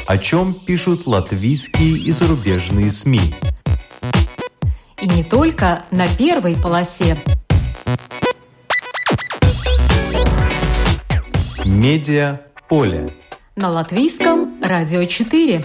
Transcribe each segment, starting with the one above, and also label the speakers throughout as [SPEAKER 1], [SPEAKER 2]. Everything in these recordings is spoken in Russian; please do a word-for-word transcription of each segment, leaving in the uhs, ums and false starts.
[SPEAKER 1] О чем пишут латвийские и зарубежные СМИ.
[SPEAKER 2] И не только на первой полосе.
[SPEAKER 1] Медиаполе.
[SPEAKER 2] На Латвийском радио четыре.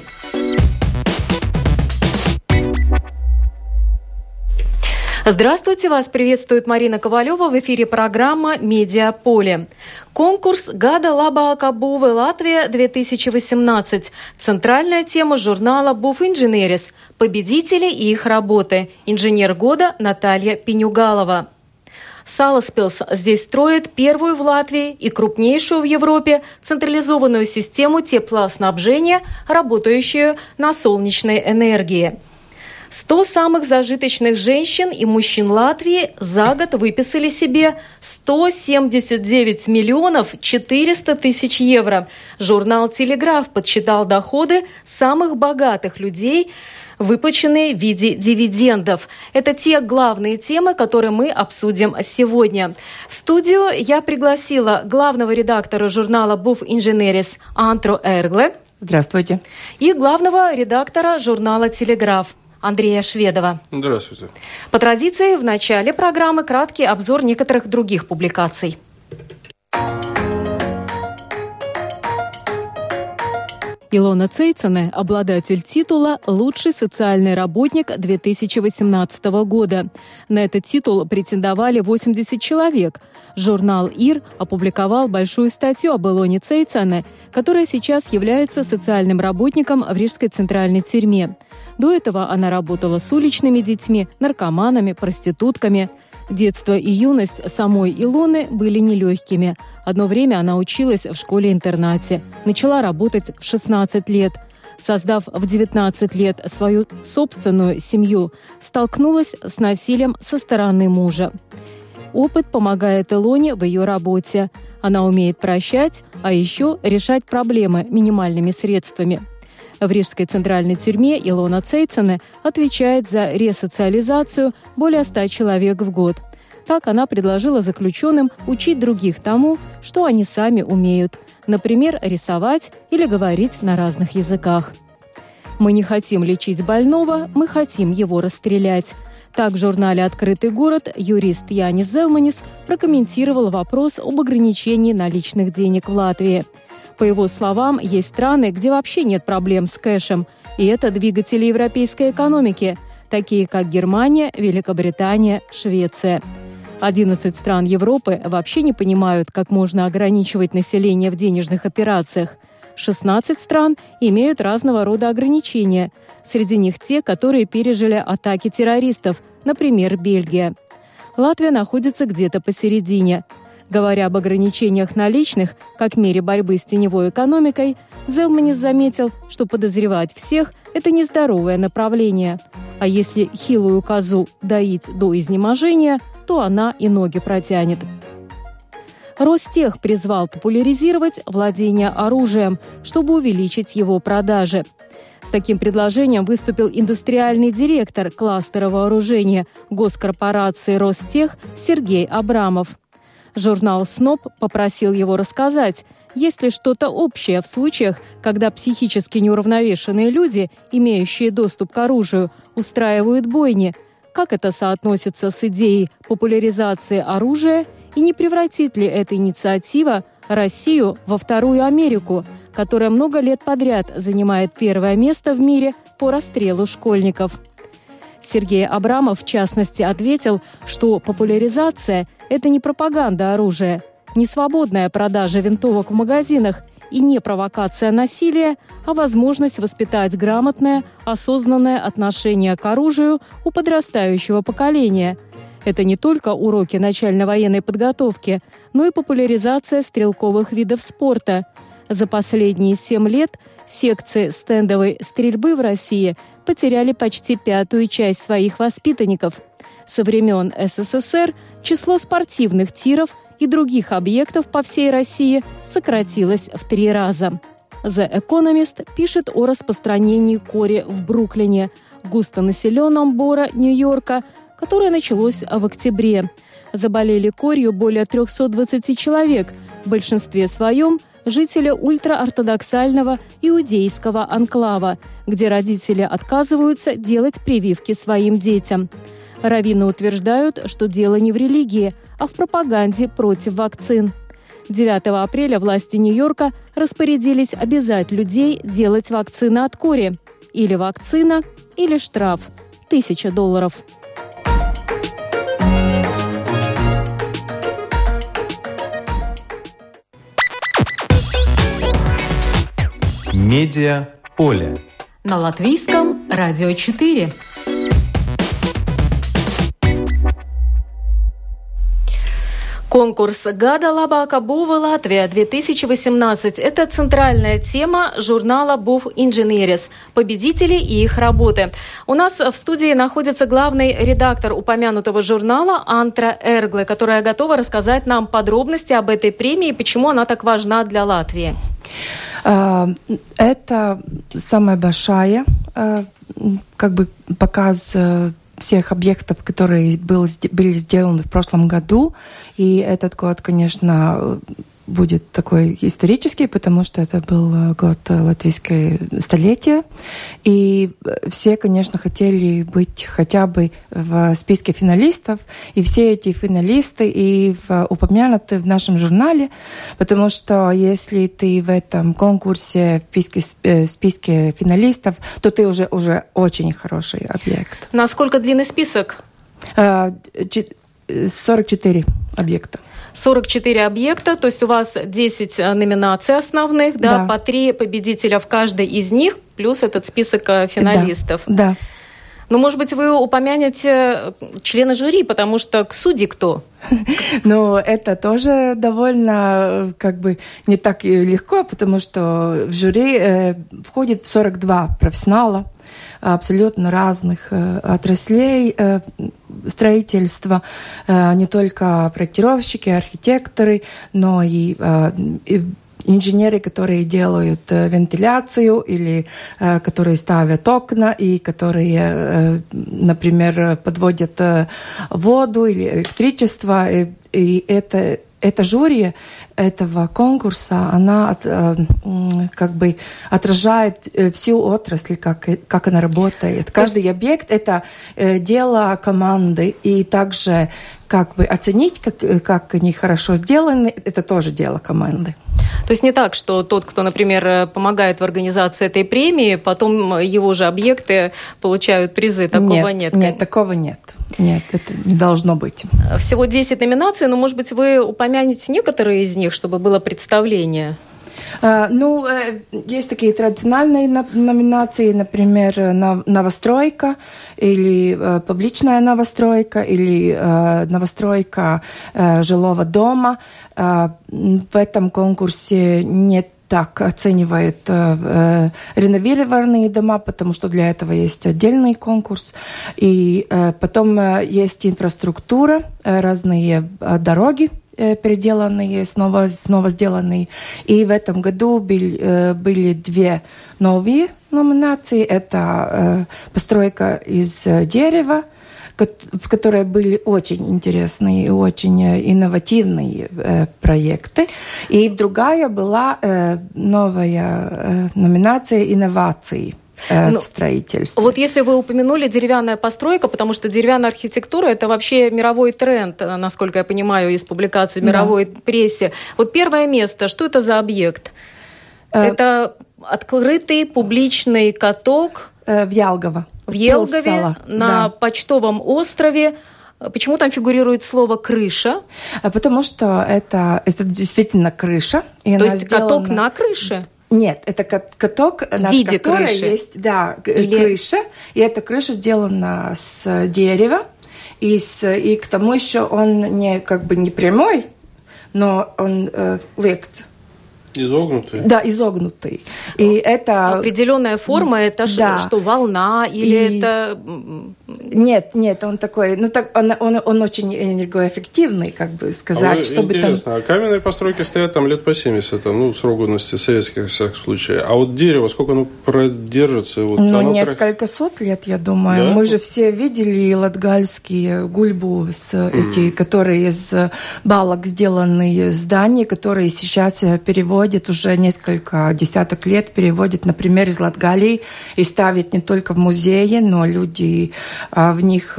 [SPEAKER 2] Здравствуйте, вас приветствует Марина Ковалева, в эфире программа «Медиаполе». Конкурс «Гада лабākā būve Латвия-две тысячи восемнадцать». Центральная тема журнала «Būvinženieris». Победители и их работы. Инженер года Наталья Пенюгалова. Salaspils здесь строит первую в Латвии и крупнейшую в Европе централизованную систему теплоснабжения, работающую на солнечной энергии. сто самых зажиточных женщин и мужчин Латвии за год выписали себе сто семьдесят девять миллионов четыреста тысяч евро. Журнал «Телеграф» подсчитал доходы самых богатых людей, выплаченные в виде дивидендов. Это те главные темы, которые мы обсудим сегодня. В студию я пригласила главного редактора журнала «Būvinženieris» Антru Эргле.
[SPEAKER 3] Здравствуйте.
[SPEAKER 2] И главного редактора журнала «Телеграф» Андрея Шведова.
[SPEAKER 4] Здравствуйте.
[SPEAKER 2] По традиции, в начале программы краткий обзор некоторых других публикаций. Илона Цейцене – обладатель титула «Лучший социальный работник две тысячи восемнадцатого года». На этот титул претендовали восемьдесят человек. Журнал «Ир» опубликовал большую статью об Илоне Цейцене, которая сейчас является социальным работником в Рижской центральной тюрьме. До этого она работала с уличными детьми, наркоманами, проститутками. Детство и юность самой Илоны были нелегкими. Одно время она училась в школе-интернате. Начала работать в шестнадцать лет. Создав в девятнадцать лет свою собственную семью, столкнулась с насилием со стороны мужа. Опыт помогает Илоне в ее работе. Она умеет прощать, а еще решать проблемы минимальными средствами. В Рижской центральной тюрьме Илона Цейцене отвечает за ресоциализацию более ста человек в год. Так она предложила заключенным учить других тому, что они сами умеют. Например, рисовать или говорить на разных языках. «Мы не хотим лечить больного, мы хотим его расстрелять». Так в журнале «Открытый город» юрист Янис Зелманис прокомментировал вопрос об ограничении наличных денег в Латвии. По его словам, есть страны, где вообще нет проблем с кэшем, и это двигатели европейской экономики, такие как Германия, Великобритания, Швеция. одиннадцать стран Европы вообще не понимают, как можно ограничивать население в денежных операциях. шестнадцать стран имеют разного рода ограничения. Среди них те, которые пережили атаки террористов, например, Бельгия. Латвия находится где-то посередине. Говоря об ограничениях наличных, как мере борьбы с теневой экономикой, Зелманис заметил, что подозревать всех – это нездоровое направление. А если хилую козу доить до изнеможения, то она и ноги протянет. Ростех призвал популяризировать владение оружием, чтобы увеличить его продажи. С таким предложением выступил индустриальный директор кластера вооружения госкорпорации Ростех Сергей Абрамов. Журнал СНОП попросил его рассказать, есть ли что-то общее в случаях, когда психически неуравновешенные люди, имеющие доступ к оружию, устраивают бойни, как это соотносится с идеей популяризации оружия и не превратит ли эта инициатива Россию во вторую Америку, которая много лет подряд занимает первое место в мире по расстрелу школьников. Сергей Абрамов, в частности, ответил, что популяризация – это не пропаганда оружия, не свободная продажа винтовок в магазинах и не провокация насилия, а возможность воспитать грамотное, осознанное отношение к оружию у подрастающего поколения. Это не только уроки начальной военной подготовки, но и популяризация стрелковых видов спорта. За последние семь лет секции стендовой стрельбы в России потеряли почти пятую часть своих воспитанников. Со времен СССР число спортивных тиров и других объектов по всей России сократилось в три раза. The Economist пишет о распространении кори в Бруклине, густонаселенном Боро, Нью-Йорка, которое началось в октябре. Заболели корью более триста двадцать человек, в большинстве своем жители ультраортодоксального иудейского анклава, где родители отказываются делать прививки своим детям. Раввины утверждают, что дело не в религии, а в пропаганде против вакцин. девятого апреля власти Нью-Йорка распорядились обязать людей делать вакцины от кори. Или вакцина, или штраф. Тысяча долларов.
[SPEAKER 1] Медиа поле.
[SPEAKER 2] На латвийском радио четыре. Конкурс «Гада лабака Бува Латвия-две тысячи восемнадцать» – это центральная тема журнала «Був Инженерис», победители и их работы. У нас в студии находится главный редактор упомянутого журнала Антра Эргле, которая готова рассказать нам подробности об этой премии и почему она так важна для Латвии.
[SPEAKER 3] Это самая большая как бы показ всех объектов, которые был, были сделаны в прошлом году. И этот год, конечно, будет такой исторический, потому что это был год латвийского столетия. И все, конечно, хотели быть хотя бы в списке финалистов. И все эти финалисты и в, упомянуты в нашем журнале, потому что если ты в этом конкурсе в списке, в списке финалистов, то ты уже, уже очень хороший объект.
[SPEAKER 2] Насколько длинный список?
[SPEAKER 3] сорок четыре объекта.
[SPEAKER 2] сорок четыре объекта, то есть у вас десять номинаций основных, да,
[SPEAKER 3] да.
[SPEAKER 2] по три победителя в каждой из них, плюс этот список финалистов.
[SPEAKER 3] Да, да.
[SPEAKER 2] Но, может быть, вы упомянете члена жюри, потому что судьи кто?
[SPEAKER 3] Ну, это тоже довольно как бы не так легко, потому что в жюри э, входит сорок два профессионала абсолютно разных э, отраслей э, строительства, э, не только проектировщики, архитекторы, но и, э, и инженеры, которые делают э, вентиляцию или э, которые ставят окна и которые, э, например, подводят э, воду или электричество. И, и это, это жюри этого конкурса, она от, э, как бы отражает всю отрасль, как, как она работает. Каждый объект — это э, дело команды, и также как бы оценить, как, как они хорошо сделаны, это тоже дело команды.
[SPEAKER 2] То есть не так, что тот, кто, например, помогает в организации этой премии, потом его же объекты получают призы. Такого нет.
[SPEAKER 3] Нет, нет, такого нет. Нет, это не должно быть.
[SPEAKER 2] Всего десять номинаций, но, может быть, вы упомянете некоторые из них, чтобы было представление?
[SPEAKER 3] Uh, ну, uh, есть такие традиционные номинации, например, новостройка или uh, публичная новостройка или uh, новостройка uh, жилого дома. Uh, в этом конкурсе нет так оценивают э, реновированные дома, потому что для этого есть отдельный конкурс. И э, потом э, есть инфраструктура, э, разные э, дороги, э, переделанные, снова, снова сделанные. И в этом году были, э, были две новые номинации. Это э, постройка из э, дерева, в которой были очень интересные и очень инновативные э, проекты. И другая была э, новая э, номинация «Инновации». Ну, в строительстве.
[SPEAKER 2] Вот если вы упомянули деревянная постройка, потому что деревянная архитектура – это вообще мировой тренд, насколько я понимаю, из публикаций в мировой да. прессе. Вот первое место, что это за объект? Э, это открытый публичный каток
[SPEAKER 3] э, в Ялгово.
[SPEAKER 2] В Елгове, на да. Почтовом острове. Почему там фигурирует слово «крыша»?
[SPEAKER 3] Потому что это, это действительно крыша.
[SPEAKER 2] И То есть сделана... каток на крыше?
[SPEAKER 3] Нет, это каток,
[SPEAKER 2] в
[SPEAKER 3] над
[SPEAKER 2] виде
[SPEAKER 3] которой
[SPEAKER 2] крыши.
[SPEAKER 3] Есть да,
[SPEAKER 2] Или...
[SPEAKER 3] крыша. И эта крыша сделана с дерева. И, с, и к тому еще он не, как бы не прямой, но он э, легкий.
[SPEAKER 4] Изогнутый?
[SPEAKER 3] Да, изогнутый. И это...
[SPEAKER 2] Определенная форма, это
[SPEAKER 3] да.
[SPEAKER 2] что, что волна или
[SPEAKER 3] и...
[SPEAKER 2] это
[SPEAKER 3] Нет, нет, он такой, ну так, он, он, он очень энергоэффективный, как бы сказать,
[SPEAKER 4] а
[SPEAKER 3] чтобы
[SPEAKER 4] интересно,
[SPEAKER 3] там...
[SPEAKER 4] а каменные постройки стоят там лет по семьдесят, ну, срок годности советских, в всяком случае. А вот дерево, сколько оно продержится? Вот,
[SPEAKER 3] ну,
[SPEAKER 4] оно
[SPEAKER 3] несколько кра... сот лет, я думаю. Да? Мы же все видели латгальские гульбу, с, mm-hmm. эти, которые из балок сделанные здания, которые сейчас переводят уже несколько десяток лет, переводят, например, из Латгалии и ставят не только в музее, но люди а, в них,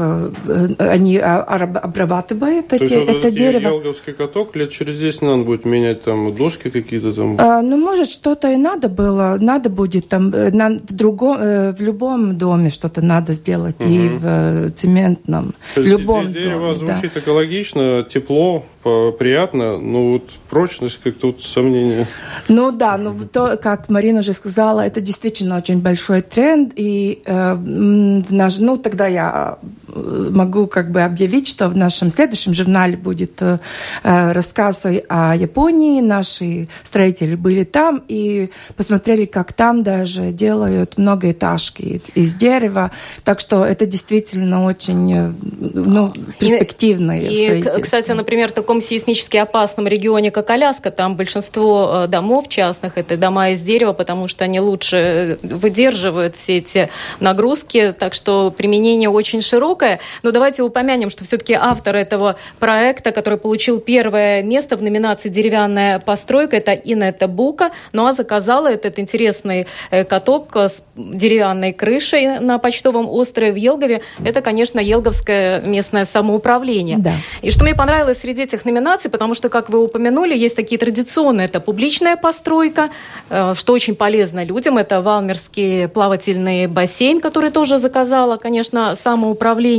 [SPEAKER 3] они обрабатывают
[SPEAKER 4] То
[SPEAKER 3] эти,
[SPEAKER 4] есть,
[SPEAKER 3] это
[SPEAKER 4] вот
[SPEAKER 3] дерево.
[SPEAKER 4] Елговский каток лет через десять надо будет менять там доски какие-то там?
[SPEAKER 3] А, ну, может, что-то и надо было, надо будет там, нам в другом, в любом доме что-то надо сделать, угу. и в цементном,
[SPEAKER 4] То
[SPEAKER 3] в любом доме.
[SPEAKER 4] Дерево звучит
[SPEAKER 3] да.
[SPEAKER 4] экологично, тепло, приятно, но вот прочность как-то вот сомнения.
[SPEAKER 3] Ну да, ну то, как Марина уже сказала, это действительно очень большой тренд, и э, в наш, ну тогда я могу как бы объявить, что в нашем следующем журнале будет э, рассказ о Японии. Наши строители были там и посмотрели, как там даже делают многоэтажки из дерева. Так что это действительно очень ну, перспективное
[SPEAKER 2] и,
[SPEAKER 3] строительство.
[SPEAKER 2] И, кстати, например, в таком сейсмически опасном регионе, как Аляска, там большинство домов частных – это дома из дерева, потому что они лучше выдерживают все эти нагрузки. Так что применение очень широкое. Но давайте упомянем, что все-таки автор этого проекта, который получил первое место в номинации «Деревянная постройка», это Инетта Бука. Ну а заказала этот интересный каток с деревянной крышей на Почтовом острове в Елгове. Это, конечно, Елговское местное самоуправление.
[SPEAKER 3] Да.
[SPEAKER 2] И что мне понравилось среди этих номинаций, потому что, как вы упомянули, есть такие традиционные. Это публичная постройка, что очень полезно людям. Это Валмерский плавательный бассейн, который тоже заказала, конечно, самоуправление.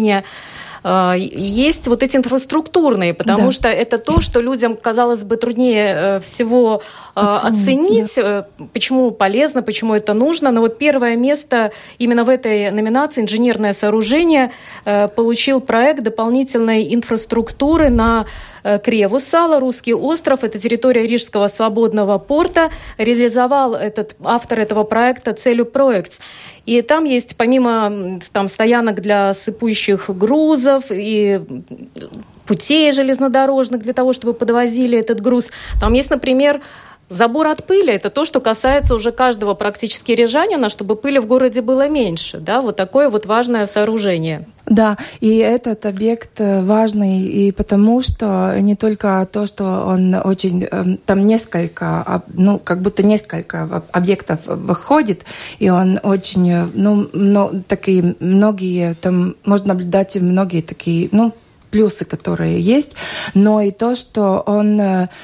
[SPEAKER 2] Есть вот эти инфраструктурные, потому да. что это то, что людям, казалось бы, труднее всего оценить, оценить да. почему полезно, почему это нужно. Но вот первое место именно в этой номинации «Инженерное сооружение» получил проект дополнительной инфраструктуры на Креву-Сало, Русский остров, это территория Рижского свободного порта. Реализовал этот, автор этого проекта «Целью проект». И там есть, помимо там, стоянок для сыпующих грузов и путей железнодорожных для того, чтобы подвозили этот груз, там есть, например, забор от пыли. Это то, что касается уже каждого практически рижанина, чтобы пыли в городе было меньше. Да? Вот такое вот важное сооружение.
[SPEAKER 3] Да, и этот объект важный и потому, что не только то, что он очень, там несколько, ну, как будто несколько объектов выходит, и он очень, ну, но, такие многие, там можно наблюдать многие такие, ну, плюсы, которые есть, но и то, что он,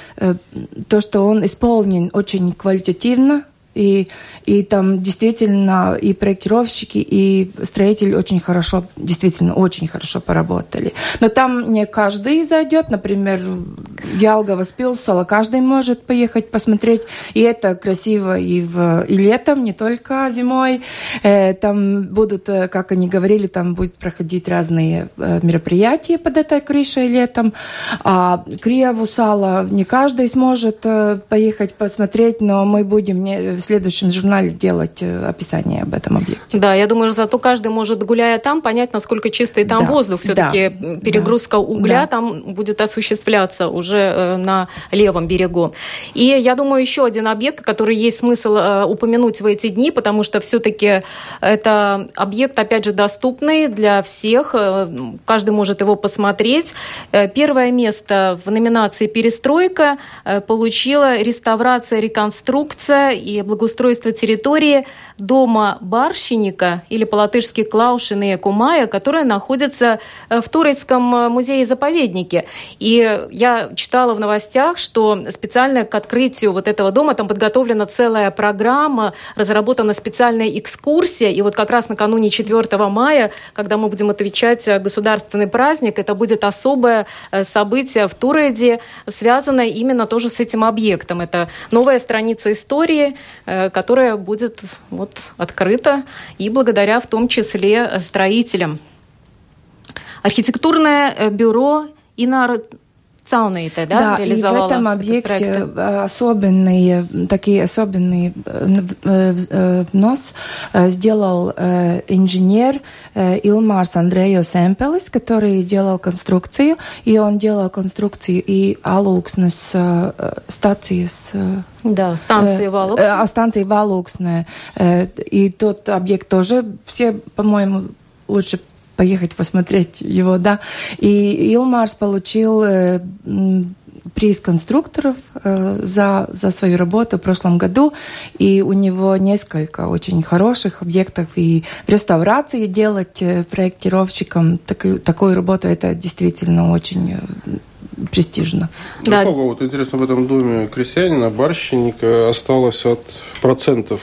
[SPEAKER 3] то, что он исполнен очень квалитативно, И, и там действительно и проектировщики, и строители очень хорошо, действительно очень хорошо поработали. Но там не каждый зайдет. Например, Ялгова с Пилсала каждый может поехать посмотреть. И это красиво и, в, и летом, не только зимой. Э, там будут, как они говорили, там будут проходить разные э, мероприятия под этой крышей летом. А Креву-Сало не каждый сможет э, поехать посмотреть, но мы будем не, в следующем журнале делать описание об этом объекте.
[SPEAKER 2] Да, я думаю, зато каждый может, гуляя там, понять, насколько чистый там да, воздух. Все-таки да, перегрузка да, угля да. там будет осуществляться уже на левом берегу. И я думаю, еще один объект, который есть смысл упомянуть в эти дни, потому что все-таки это объект, опять же, доступный для всех. Каждый может его посмотреть. Первое место в номинации «Перестройка» получила реставрация, реконструкция и благоустройство территории дома Барщинника, или по-латышски Клаушины Кумая, которая находится в Турецком музее-заповеднике. И я читала в новостях, что специально к открытию вот этого дома там подготовлена целая программа, разработана специальная экскурсия. И вот как раз накануне четвёртого мая, когда мы будем отмечать государственный праздник, это будет особое событие в Туреде, связанное именно тоже с этим объектом. Это новая страница истории, которая будет вот, открыта и благодаря в том числе строителям. Архитектурное бюро «Инар Цаунīte, да,
[SPEAKER 3] да,
[SPEAKER 2] реализовала
[SPEAKER 3] и в этом объекте особенные, такие особенные внос сделал инженер Илмарс Андреевs Эмпелис, который делал конструкцию, и он делал конструкцию и Алūksnes стации с...
[SPEAKER 2] Да, станции Валūksne.
[SPEAKER 3] Станции Валūksne. И тот объект тоже все, по-моему, лучше поехать посмотреть его, да. И Илмарс получил э, приз конструкторов э, за, за свою работу в прошлом году, и у него несколько очень хороших объектов, и в реставрации делать э, проектировщикам таки, такую работу, это действительно очень э, престижно.
[SPEAKER 4] Да. Сколько, вот интересно, в этом доме крестьянина, барщинника осталось от процентов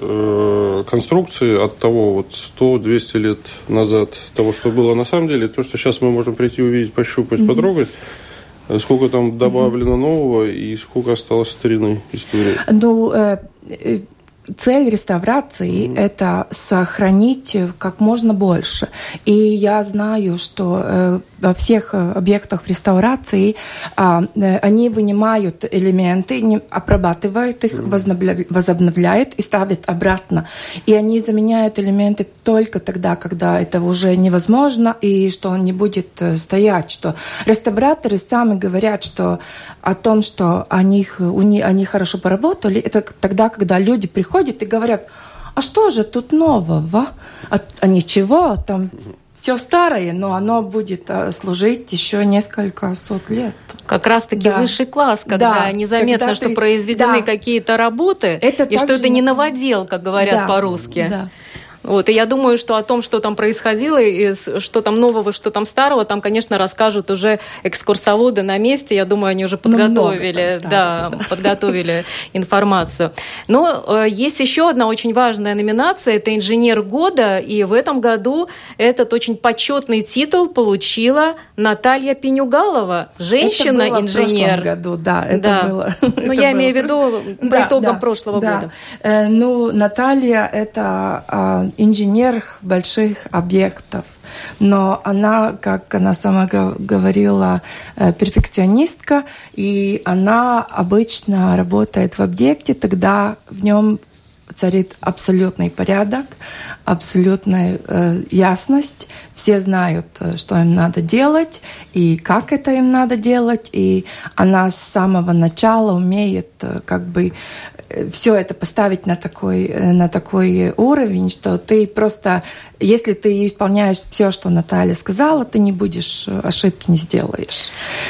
[SPEAKER 4] конструкции от того вот сто-двести лет назад, того, что было на самом деле, то, что сейчас мы можем прийти, увидеть, пощупать, mm-hmm. потрогать, сколько там добавлено mm-hmm. нового и сколько осталось старинной истории?
[SPEAKER 3] Ну, э, э, цель реставрации mm-hmm. – это сохранить как можно больше. И я знаю, что э, во всех объектах реставрации э, они вынимают элементы, не, обрабатывают их, mm-hmm. возобновляют и ставят обратно. И они заменяют элементы только тогда, когда это уже невозможно и что он не будет стоять. Что реставраторы сами говорят, что о том, что они, они хорошо поработали, это тогда, когда люди приходят и говорят, а что же тут нового? А, а ничего, там все старое, но оно будет служить еще несколько сот лет.
[SPEAKER 2] Как раз-таки да. высший класс, когда да. незаметно, когда что ты... произведены да. какие-то работы, это и что это не новодел, как говорят да. по-русски. Да. Вот, и я думаю, что о том, что там происходило, и что там нового, что там старого, там, конечно, расскажут уже экскурсоводы на месте. Я думаю, они уже подготовили, ну, да, подготовили информацию. Но э, есть еще одна очень важная номинация. Это «Инженер года». И в этом году этот очень почетный титул получила Наталья Пенюгалова. Женщина-инженер.
[SPEAKER 3] Это было в прошлом году, да. Это
[SPEAKER 2] да.
[SPEAKER 3] было.
[SPEAKER 2] Ну, я имею в виду по да, итогам да, прошлого да. года.
[SPEAKER 3] Э, ну, Наталья – это... инженер больших объектов. Но она, как она сама говорила, перфекционистка, и она обычно работает в объекте, тогда в нем царит абсолютный порядок, абсолютная э, ясность. Все знают, что им надо делать и как это им надо делать. И она с самого начала умеет как бы все это поставить на такой, на такой уровень, что ты просто, если ты исполняешь все, что Наталья сказала, ты не будешь, ошибки не сделаешь.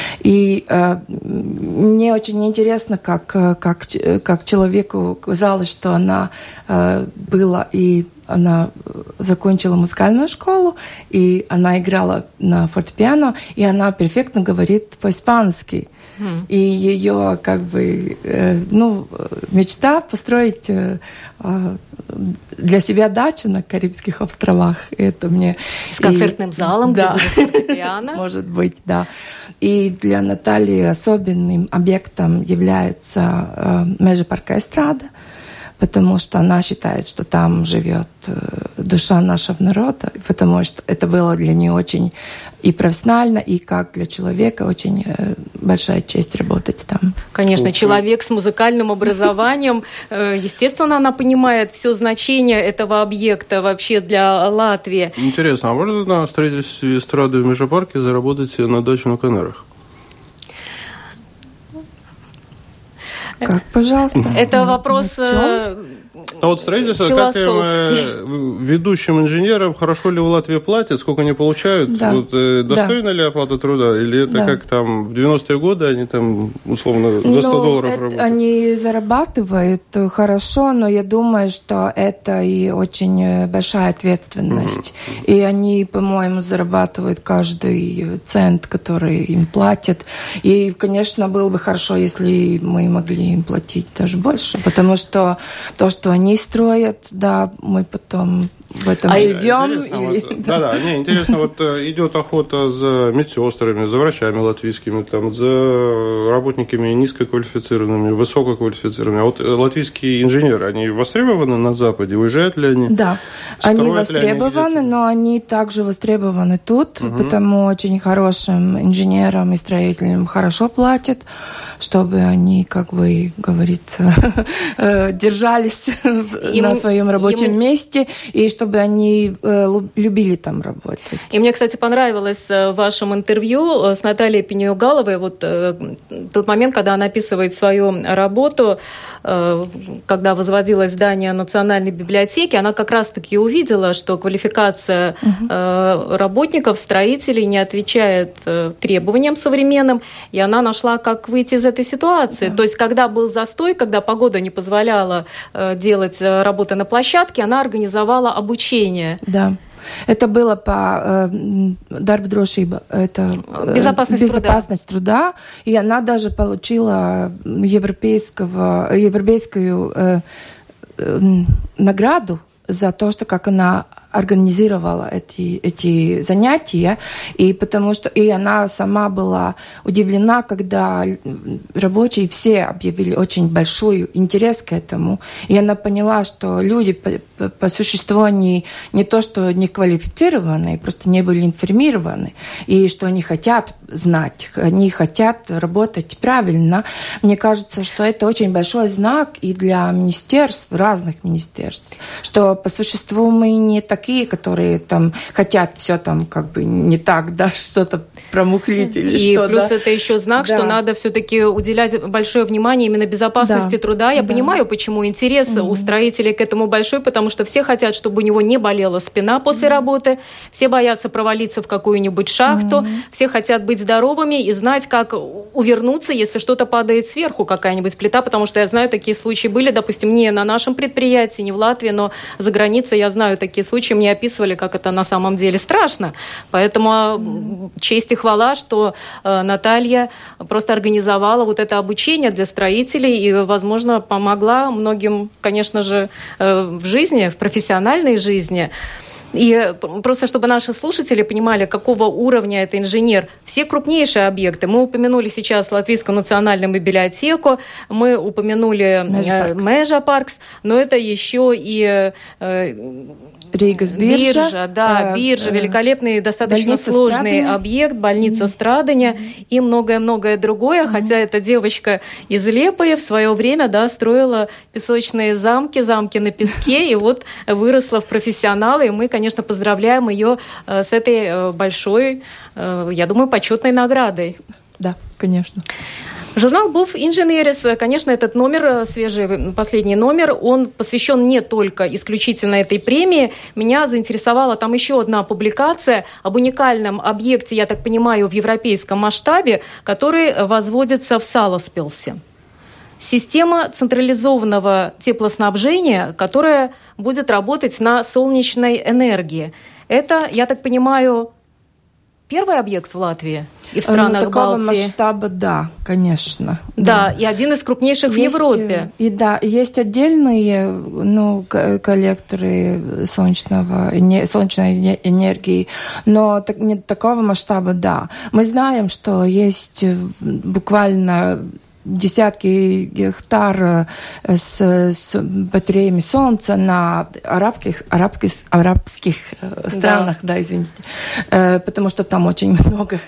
[SPEAKER 3] И э, мне очень интересно, как, как, как человеку казалось, что она э, была и она закончила музыкальную школу, и она играла на фортепиано, и она перфектно говорит по-испански. Mm. И ее как бы, э, ну, мечта построить э, для себя дачу на Карибских островах. Это мне...
[SPEAKER 2] С концертным и, залом, да, где будет фортепиано.
[SPEAKER 3] Может быть, да. И для Натальи особенным объектом является э, Межапарка эстрада, потому что она считает, что там живет душа нашего народа, потому что это было для нее очень и профессионально, и как для человека очень большая честь работать там.
[SPEAKER 2] Конечно, человек с музыкальным образованием, естественно, она понимает все значение этого объекта вообще для Латвии.
[SPEAKER 4] Интересно, а можно на строительстве эстрады в Межапарке заработать на дачу на Канарах?
[SPEAKER 3] Как, пожалуйста.
[SPEAKER 2] Это вопрос
[SPEAKER 4] А вот строительство, как им, ведущим инженерам, хорошо ли в Латвии платят, сколько они получают?
[SPEAKER 3] Да.
[SPEAKER 4] Вот, достойна да. ли оплата труда? Или это да. как там в девяностые годы они там условно за сто долларов это, работают?
[SPEAKER 3] Они зарабатывают хорошо, но я думаю, что это и очень большая ответственность. Mm-hmm. И они, по-моему, зарабатывают каждый цент, который им платят. И, конечно, было бы хорошо, если мы могли им платить даже больше, потому что то, что они строят, да, мы потом в этом
[SPEAKER 4] а
[SPEAKER 3] живем.
[SPEAKER 4] Или... Вот, да-да, не, интересно, вот идет охота за медсестрами, за врачами латвийскими, там, за работниками низкоквалифицированными, высококвалифицированными. А вот латвийские инженеры, они востребованы на Западе? Уезжают ли они?
[SPEAKER 3] Да,
[SPEAKER 4] Строят
[SPEAKER 3] они востребованы,
[SPEAKER 4] они
[SPEAKER 3] но они также востребованы тут, угу. потому очень хорошим инженерам и строителям хорошо платят, чтобы они, как бы, говорится, держались им, на своем рабочем им... месте, и чтобы они любили там работать.
[SPEAKER 2] И мне, кстати, понравилось в вашем интервью с Натальей Пенюгаловой вот тот момент, когда она описывает свою работу, когда возводилось здание Национальной библиотеки, она как раз-таки увидела, что квалификация угу. работников, строителей не отвечает требованиям современным, и она нашла, как выйти из этой ситуации. Да. То есть, когда был застой, когда погода не позволяла делать работы на площадке, она организовала обучение.
[SPEAKER 3] Да. Это было по э, дарбдрошиба, это э,
[SPEAKER 2] безопасность,
[SPEAKER 3] безопасность
[SPEAKER 2] труда.
[SPEAKER 3] труда, и она даже получила европейского, европейскую э, э, награду за то, что как она организировала эти, эти занятия, и потому что и она сама была удивлена, когда рабочие все объявили очень большой интерес к этому, и она поняла, что люди по, по, по существу они не то, что не квалифицированы, просто не были информированы, и что они хотят знать, они хотят работать правильно. Мне кажется, что это очень большой знак и для министерств, разных министерств, что по существу мы не такие, которые там хотят все там как бы не так, да, что-то промухлить или
[SPEAKER 2] и
[SPEAKER 3] что.
[SPEAKER 2] И плюс
[SPEAKER 3] да.
[SPEAKER 2] это еще знак, да. что надо все-таки уделять большое внимание именно безопасности да. труда. Я да. понимаю, почему интерес mm-hmm. у строителей к этому большой, потому что все хотят, чтобы у него не болела спина после mm-hmm. работы, все боятся провалиться в какую-нибудь шахту, mm-hmm. все хотят быть здоровыми и знать, как увернуться, если что-то падает сверху, какая-нибудь плита, потому что я знаю, такие случаи были, допустим, не на нашем предприятии, не в Латвии, но за границей я знаю такие случаи, мне описывали, как это на самом деле страшно. Поэтому mm. честь и хвала, что э, Наталья просто организовала вот это обучение для строителей и, возможно, помогла многим, конечно же, э, в жизни, в профессиональной жизни. И просто, чтобы наши слушатели понимали, какого уровня это инженер. Все крупнейшие объекты. Мы упомянули сейчас Латвийскую национальную библиотеку, мы упомянули Межа Паркс, но это еще и...
[SPEAKER 3] Ригас биржа,
[SPEAKER 2] биржа, да, э, биржа, великолепный, достаточно сложный Страдания. объект, больница mm-hmm. Страдания mm-hmm. и многое-многое другое, mm-hmm. хотя эта девочка из Лепоя в свое время, да, строила песочные замки, замки на песке, и вот выросла в профессионала, и мы, конечно, поздравляем ее с этой большой, я думаю, почетной наградой.
[SPEAKER 3] Да, конечно.
[SPEAKER 2] Журнал «Буф Инженерис», конечно, этот номер, свежий, последний номер, он посвящен не только исключительно этой премии. Меня заинтересовала там еще одна публикация об уникальном объекте, я так понимаю, в европейском масштабе, который возводится в Саласпилсе. Система централизованного теплоснабжения, которая будет работать на солнечной энергии. Это, я так понимаю, первый объект в Латвии и в странах
[SPEAKER 3] ну, такого
[SPEAKER 2] Балтии?
[SPEAKER 3] Масштаба, да, конечно.
[SPEAKER 2] Да,
[SPEAKER 3] да,
[SPEAKER 2] и один из крупнейших
[SPEAKER 3] есть,
[SPEAKER 2] в Европе.
[SPEAKER 3] И да, есть отдельные ну, коллекторы солнечного, солнечной энергии, но так, не такого масштаба, да. Мы знаем, что есть буквально десятки гектар с, с батареями солнца на арабских, арабских, арабских странах, да. да, извините, потому что там очень много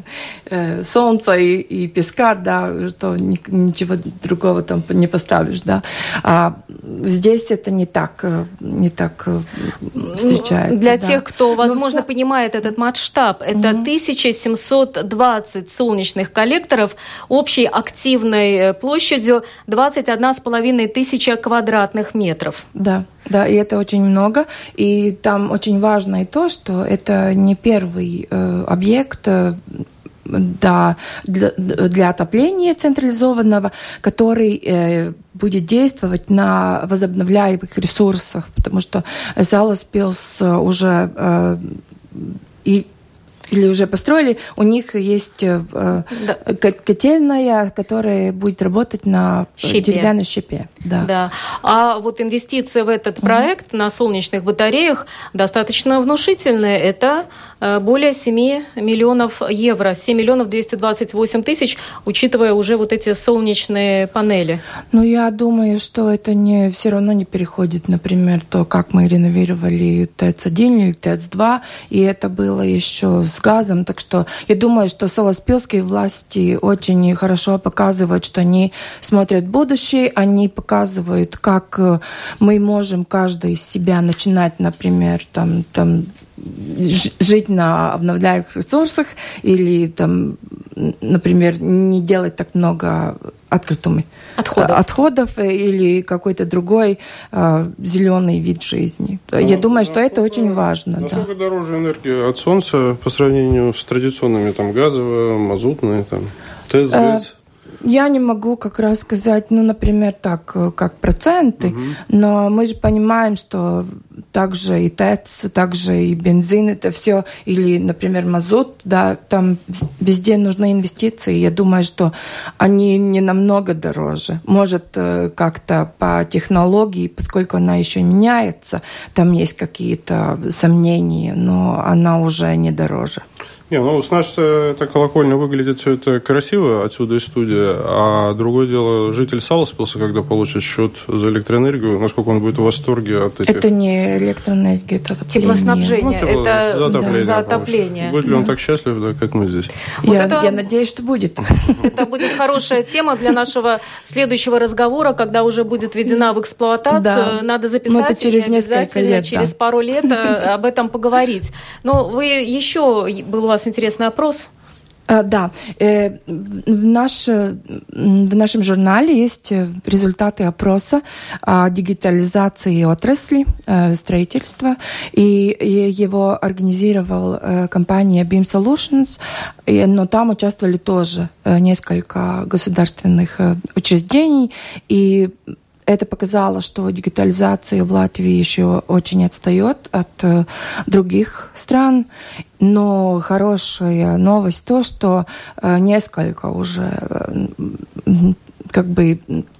[SPEAKER 3] солнца и, и песка, да, что ничего другого там не поставишь, да. А здесь это не так, не так встречается.
[SPEAKER 2] Для
[SPEAKER 3] да.
[SPEAKER 2] тех, кто, возможно,
[SPEAKER 3] Но...
[SPEAKER 2] понимает этот масштаб, это mm-hmm. тысяча семьсот двадцать солнечных коллекторов общей активной площадью двадцать одна с половиной тысяча квадратных метров.
[SPEAKER 3] Да, да, и это очень много. И там очень важно и то, что это не первый э, объект э, да, для, для отопления централизованного, который э, будет действовать на возобновляемых ресурсах, потому что Саласпилс уже э, и или уже построили, у них есть э, да. котельная, которая будет работать на щепе. Деревянной щепе. Да.
[SPEAKER 2] Да. А вот инвестиции в этот проект mm-hmm. на солнечных батареях достаточно внушительные. Это более семь миллионов евро, семь миллионов двести двадцать восемь тысяч, учитывая уже вот эти солнечные панели.
[SPEAKER 3] Ну, я думаю, что это не, все равно не переходит, например, то, как мы реновировали ТЭЦ один или ТЭЦ два, и это было еще с газом. Так что я думаю, что солоспилские власти очень хорошо показывают, что они смотрят будущее, они показывают, как мы можем каждый из себя начинать, например, там, там жить на обновляемых ресурсах или, там, например, не делать так много открытыми
[SPEAKER 2] отходов,
[SPEAKER 3] отходов или какой-то другой э, зеленый вид жизни. Ну, Я думаю, что это очень важно.
[SPEAKER 4] Насколько
[SPEAKER 3] да.
[SPEAKER 4] дороже энергия от солнца по сравнению с традиционными, там, газовые, мазутные, там, ТЭЦ, ГЭЦ?
[SPEAKER 3] Я не могу как раз сказать, ну, например, так, как проценты, угу. но мы же понимаем, что также и ТЭЦ, также и бензин, это все, или, например, мазут, да, там везде нужны инвестиции. Я думаю, что они не намного дороже. Может, как-то по технологии, поскольку она еще меняется, там есть какие-то сомнения, но она уже не дороже.
[SPEAKER 4] Не, ну, с нашей эта колокольня выглядит все это красиво, отсюда и студия, а другое дело, житель Саласпилса, когда получит счет за электроэнергию, насколько он будет в восторге от этих...
[SPEAKER 3] Это не электроэнергия, это отопление.
[SPEAKER 2] Теплоснабжение, ну, тепло... это за отопление. Да. За отопление.
[SPEAKER 4] Будет ли да. он так счастлив, да, как мы здесь?
[SPEAKER 3] Вот я, это... я надеюсь, что будет.
[SPEAKER 2] Это будет хорошая тема для нашего следующего разговора, когда уже будет введена в эксплуатацию. Да. Надо записать
[SPEAKER 3] через и обязательно лет,
[SPEAKER 2] через
[SPEAKER 3] да.
[SPEAKER 2] пару лет об этом поговорить. Но вы еще... Был у вас интересный опрос?
[SPEAKER 3] А, да. Э, в, наш, в нашем журнале есть результаты опроса о дигитализации отрасли э, строительства, и, и его организировала э, компания Beam Solutions, и, но там участвовали тоже э, несколько государственных э, учреждений, и это показало, что дигитализация в Латвии еще очень отстает от э, других стран. Но хорошая новость то, что э, несколько уже э, как бы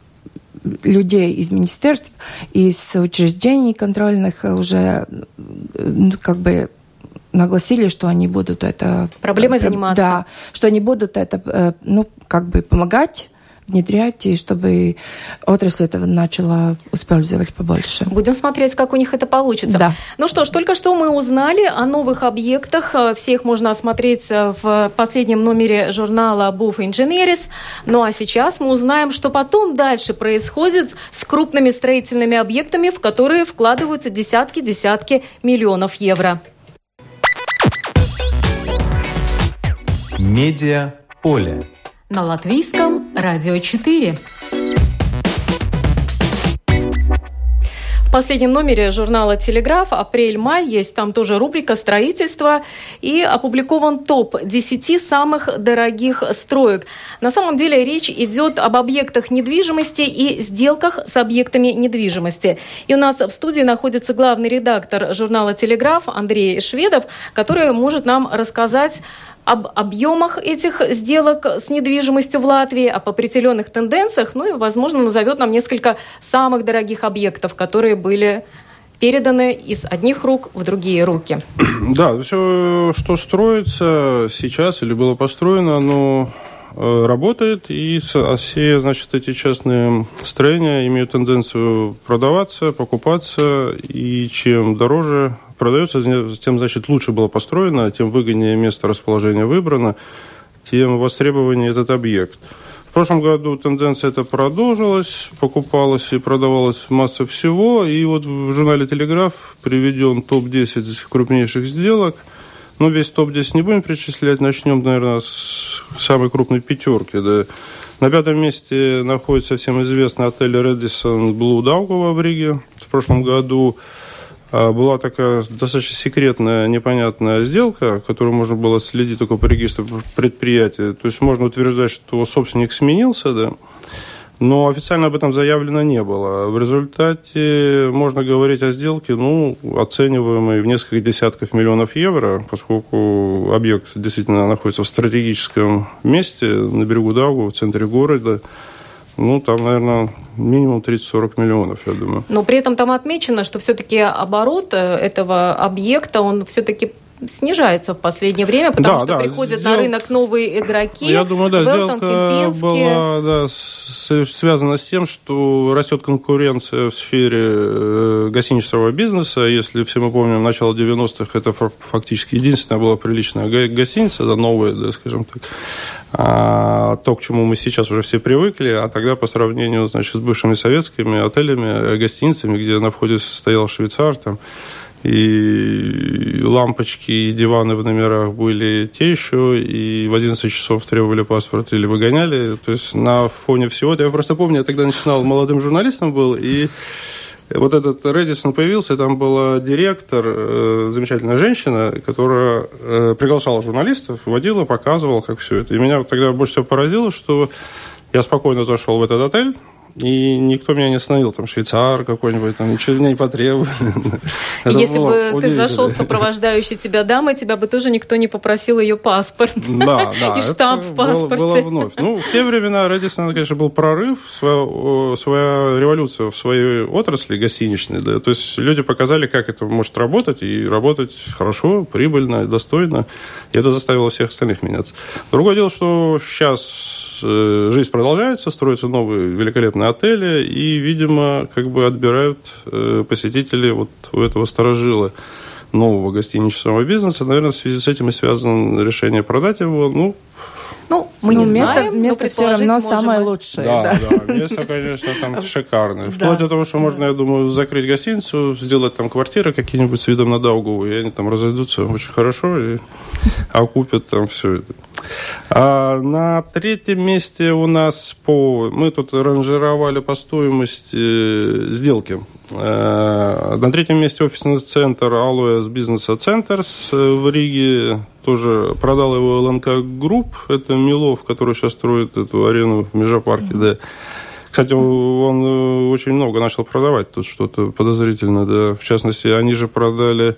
[SPEAKER 3] людей из министерств, из учреждений контрольных уже э, как бы нагласили, что они будут это...
[SPEAKER 2] Проблемой э, заниматься.
[SPEAKER 3] Да, что они будут это, э, ну, как бы помогать, внедрять, и чтобы отрасль этого начала использовать побольше.
[SPEAKER 2] Будем смотреть, как у них это получится.
[SPEAKER 3] Да.
[SPEAKER 2] Ну что ж, только что мы узнали о новых объектах. Все их можно осмотреть в последнем номере журнала Būv Inženieris. Ну а сейчас мы узнаем, что потом дальше происходит с крупными строительными объектами, в которые вкладываются десятки-десятки миллионов евро.
[SPEAKER 1] Медиаполе.
[SPEAKER 2] На Латвийском радио четыре. В последнем номере журнала «Телеграф» апрель-май есть там тоже рубрика «Строительство», и опубликован топ десяти самых дорогих строек. На самом деле речь идет об объектах недвижимости и сделках с объектами недвижимости. И у нас в студии находится главный редактор журнала «Телеграф» Андрей Шведов, который может нам рассказать об объемах этих сделок с недвижимостью в Латвии, об определенных тенденциях, ну и, возможно, назовет нам несколько самых дорогих объектов, которые были переданы из одних рук в другие руки.
[SPEAKER 4] Да, все, что строится сейчас или было построено, оно работает, и все, значит, эти частные строения имеют тенденцию продаваться, покупаться, и чем дороже продается, тем, значит, лучше было построено, тем выгоднее место расположения выбрано, тем востребованнее этот объект. В прошлом году тенденция эта продолжилась, покупалась и продавалась масса всего, и вот в журнале «Телеграф» приведен топ десять крупнейших сделок. Ну, весь топ десять не будем перечислять, начнем, наверное, с самой крупной пятерки. Да. На пятом месте находится всем известный отель Radisson Blu Daugava в Риге. В прошлом году была такая достаточно секретная, непонятная сделка, которую можно было следить только по регистру предприятия. То есть можно утверждать, что собственник сменился, да. но официально об этом заявлено не было. В результате можно говорить о сделке, ну, оцениваемой в несколько десятков миллионов евро, поскольку объект действительно находится в стратегическом месте на берегу Даугавы, в центре города. Ну, там, наверное, минимум тридцать-сорок миллионов, я думаю.
[SPEAKER 2] Но при этом там отмечено, что все-таки оборот этого объекта, он все-таки снижается в последнее время, потому да, что да, приходят сдел... на рынок новые игроки.
[SPEAKER 4] Я думаю, да, Велтон, сделка была да, с, связана с тем, что растет конкуренция в сфере гостиничного бизнеса. Если все мы помним, начало девяностых, это фактически единственная была приличная гостиница, да, новая, да, скажем так. А то, к чему мы сейчас уже все привыкли, а тогда по сравнению, значит, с бывшими советскими отелями, гостиницами, где на входе стоял швейцар, там, и лампочки, и диваны в номерах были те еще, и в одиннадцать часов требовали паспорт или выгоняли. То есть на фоне всего... Я просто помню, я тогда начинал, молодым журналистом был, и вот этот Рэдиссон появился, там была директор, э, замечательная женщина, которая э, приглашала журналистов, водила, показывала, как все это. И меня тогда больше всего поразило, что я спокойно зашел в этот отель, и никто меня не остановил, там, швейцар какой-нибудь, там, ничего меня не потребовали.
[SPEAKER 2] Если бы ты зашел с сопровождающей тебя дамой, тебя бы тоже никто не попросил ее паспорт.
[SPEAKER 4] Да, да.
[SPEAKER 2] И штамп в паспорте.
[SPEAKER 4] Было вновь. Ну, в те времена Рэдиссон, конечно, был прорыв, своя, своя революция в своей отрасли гостиничной, да. То есть люди показали, как это может работать, и работать хорошо, прибыльно, достойно. И это заставило всех остальных меняться. Другое дело, что сейчас жизнь продолжается, строятся новые великолепные отели, и, видимо, как бы отбирают посетителей вот у этого старожила нового гостиничного бизнеса. Наверное, в связи с этим и связано решение продать его. Ну,
[SPEAKER 2] ну мы ну, не
[SPEAKER 3] место,
[SPEAKER 2] знаем,
[SPEAKER 3] место все равно можем... самое лучшее.
[SPEAKER 4] Да, да, да, место, конечно, там шикарное. Вплоть до того, что можно, я думаю, закрыть гостиницу, сделать там квартиры какие-нибудь с видом на Даугаву, и они там разойдутся очень хорошо и окупят там все это. А на третьем месте у нас по... Мы тут ранжировали по стоимости сделки. На третьем месте офисный центр Alojas Business Centers в Риге. Тоже продал его эл эн ка Group. Это Милов, который сейчас строит эту арену в Межапарке. Mm-hmm. Да. Кстати, он очень много начал продавать. Тут что-то подозрительное. Да. В частности, они же продали...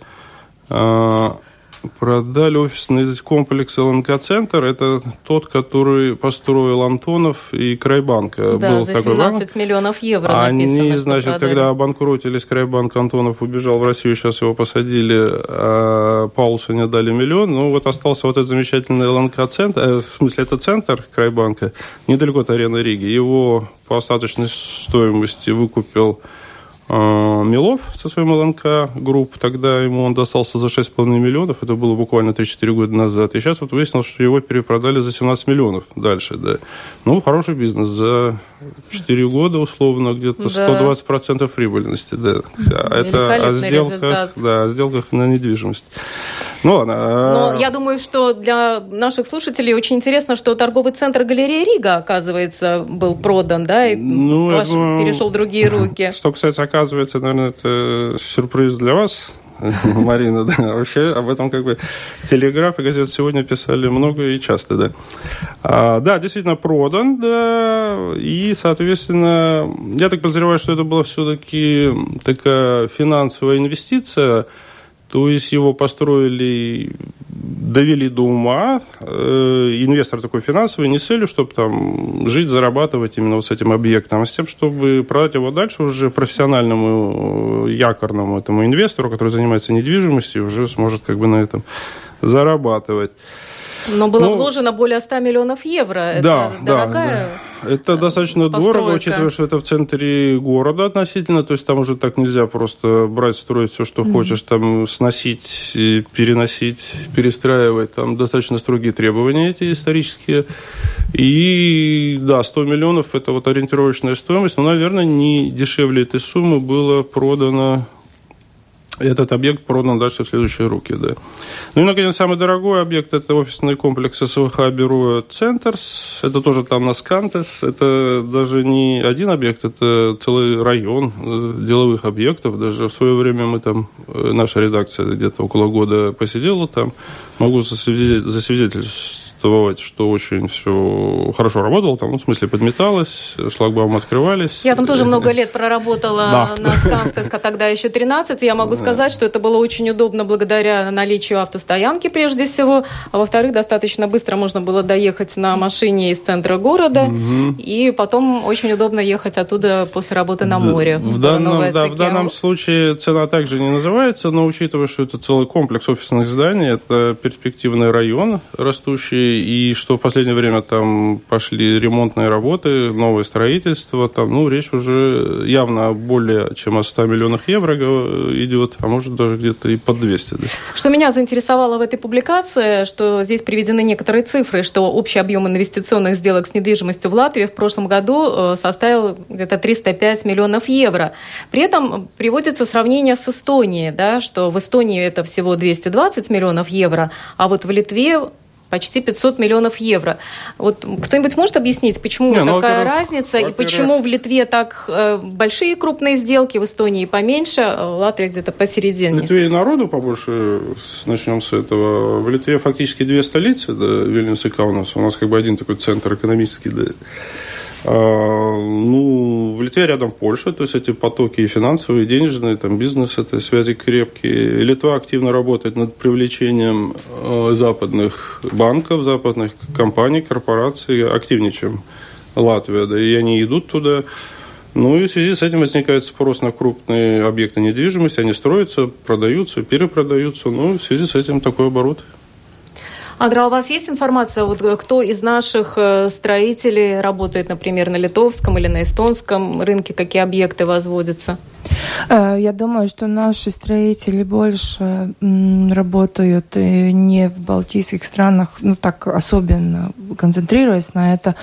[SPEAKER 4] Продали офисный комплекс эл эн ка Центр. Это тот, который построил Антонов и Крайбанк.
[SPEAKER 2] Да,
[SPEAKER 4] был
[SPEAKER 2] за семнадцать миллионов евро написано,
[SPEAKER 4] Они, значит,
[SPEAKER 2] продали.
[SPEAKER 4] Когда обанкротились, Крайбанк, Антонов убежал в Россию, сейчас его посадили, а Паулсоне дали миллион. Ну, вот остался вот этот замечательный эл эн ка Центр, э, в смысле, это центр Крайбанка, недалеко от арены Риги. Его по остаточной стоимости выкупил Милов со своим эл эн ка Group, тогда ему он достался за шесть с половиной миллионов, это было буквально три-четыре года назад, и сейчас вот выяснилось, что его перепродали за семнадцать миллионов дальше, да. Ну, хороший бизнес, за четыре года условно где-то сто двадцать процентов прибыльности, да. Это о сделках, да, о сделках на недвижимость. Ну, ладно.
[SPEAKER 2] Но я думаю, что для наших слушателей очень интересно, что торговый центр галерея Рига, оказывается, был продан, да, и ну, ваш думаю, перешел в другие руки.
[SPEAKER 4] Что касается, оказывается, наверное, это сюрприз для вас, Марина, да. Вообще об этом как бы Телеграф и газеты сегодня писали много и часто, да. А, да, действительно продан, да, и, соответственно, я так подозреваю, что это была все-таки такая финансовая инвестиция. То есть его построили, довели до ума. Инвестор такой финансовый, не с целью, чтобы там жить, зарабатывать именно вот с этим объектом, а с тем, чтобы продать его дальше уже профессиональному якорному этому инвестору, который занимается недвижимостью, уже сможет как бы на этом зарабатывать.
[SPEAKER 2] Но было ну, вложено более ста миллионов евро. Это
[SPEAKER 4] да,
[SPEAKER 2] дорогая
[SPEAKER 4] да, да. Это достаточно
[SPEAKER 2] постройка.
[SPEAKER 4] Дорого, учитывая, что это в центре города относительно. То есть там уже так нельзя просто брать, строить все, что mm-hmm. хочешь, там сносить, переносить, перестраивать. Там достаточно строгие требования эти исторические. И да, сто миллионов это вот ориентировочная стоимость. Но, наверное, не дешевле этой суммы было продано. Этот объект продан дальше в следующие руки, да. Ну и, наконец, самый дорогой объект – это офисный комплекс эс вэ ха Бюро Центерс. Это тоже там на Скантес. Это даже не один объект, это целый район деловых объектов. Даже в свое время мы там, наша редакция где-то около года посидела там. Могу засвидетельствовать, присутствовать, что очень все хорошо работало, там, ну, в смысле, подметалось, шлагбаумы открывались.
[SPEAKER 2] Я там тоже много лет проработала да. на Сканске, тогда еще тринадцать. Я могу да. сказать, что это было очень удобно благодаря наличию автостоянки прежде всего, а во-вторых, достаточно быстро можно было доехать на машине из центра города, угу. и потом очень удобно ехать оттуда после работы на море.
[SPEAKER 4] В данном, да, в данном случае цена также не называется, но учитывая, что это целый комплекс офисных зданий, это перспективный район растущий, и что в последнее время там пошли ремонтные работы, новое строительство, там, ну, речь уже явно более чем о ста миллионах евро идет, а может даже где-то и под двести. Да.
[SPEAKER 2] Что меня заинтересовало в этой публикации, что здесь приведены некоторые цифры, что общий объем инвестиционных сделок с недвижимостью в Латвии в прошлом году составил где-то триста пять миллионов евро. При этом приводится сравнение с Эстонией, да, что в Эстонии это всего двести двадцать миллионов евро, а вот в Литве почти пятьсот миллионов евро. Вот кто-нибудь может объяснить, почему Не, ну, такая разница, и почему в Литве так э, большие крупные сделки, в Эстонии поменьше, а Латвия где-то посередине?
[SPEAKER 4] В Литве и народу побольше, начнем с этого. В Литве фактически две столицы, да, Вильнюс и Каунас. У нас как бы один такой центр экономический, да. А, ну, в Литве рядом Польша, то есть эти потоки и финансовые, и денежные, там бизнес, это связи крепкие. Литва активно работает над привлечением э, западных банков, западных компаний, корпораций, активнее, чем Латвия, да, и они идут туда. Ну и в связи с этим возникает спрос на крупные объекты недвижимости, они строятся, продаются, перепродаются, ну, в связи с этим такой оборот.
[SPEAKER 2] Андра, у вас есть информация, вот, кто из наших строителей работает, например, на литовском или на эстонском рынке, какие объекты возводятся?
[SPEAKER 3] Я думаю, что наши строители больше работают не в балтийских странах, ну так особенно концентрируясь на это,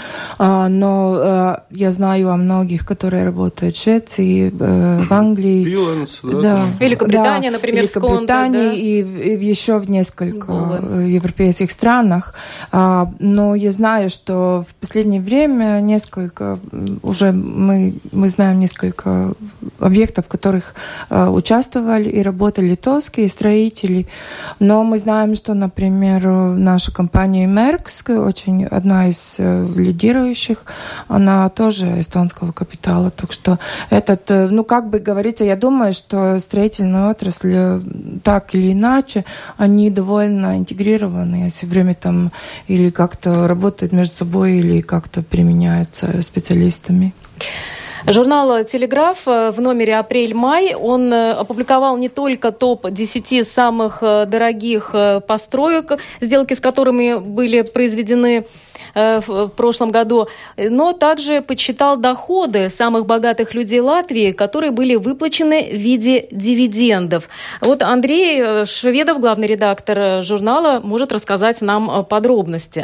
[SPEAKER 3] но я знаю о многих, которые работают в Швеции, в Англии,
[SPEAKER 4] Биланс, да,
[SPEAKER 3] да,
[SPEAKER 2] Великобритания,
[SPEAKER 3] да,
[SPEAKER 2] например,
[SPEAKER 3] Великобритании, да? и, и еще в несколько Голланд. европейских странах. Но я знаю, что в последнее время несколько, уже мы, мы знаем несколько объектов, в которых э, участвовали и работали литовские строители. Но мы знаем, что, например, наша компания Меркс, очень одна из э, лидирующих, она тоже эстонского капитала. Так что этот, э, ну, как бы говорится, я думаю, что строительная отрасль так или иначе, они довольно интегрированы, все время там или как-то работают между собой, или как-то применяются специалистами.
[SPEAKER 2] Журнал «Телеграф» в номере апрель-май, он опубликовал не только топ десяти самых дорогих построек, сделки с которыми были произведены в прошлом году, но также подсчитал доходы самых богатых людей Латвии, которые были выплачены в виде дивидендов. Вот Андрей Шведов, главный редактор журнала, может рассказать нам подробности.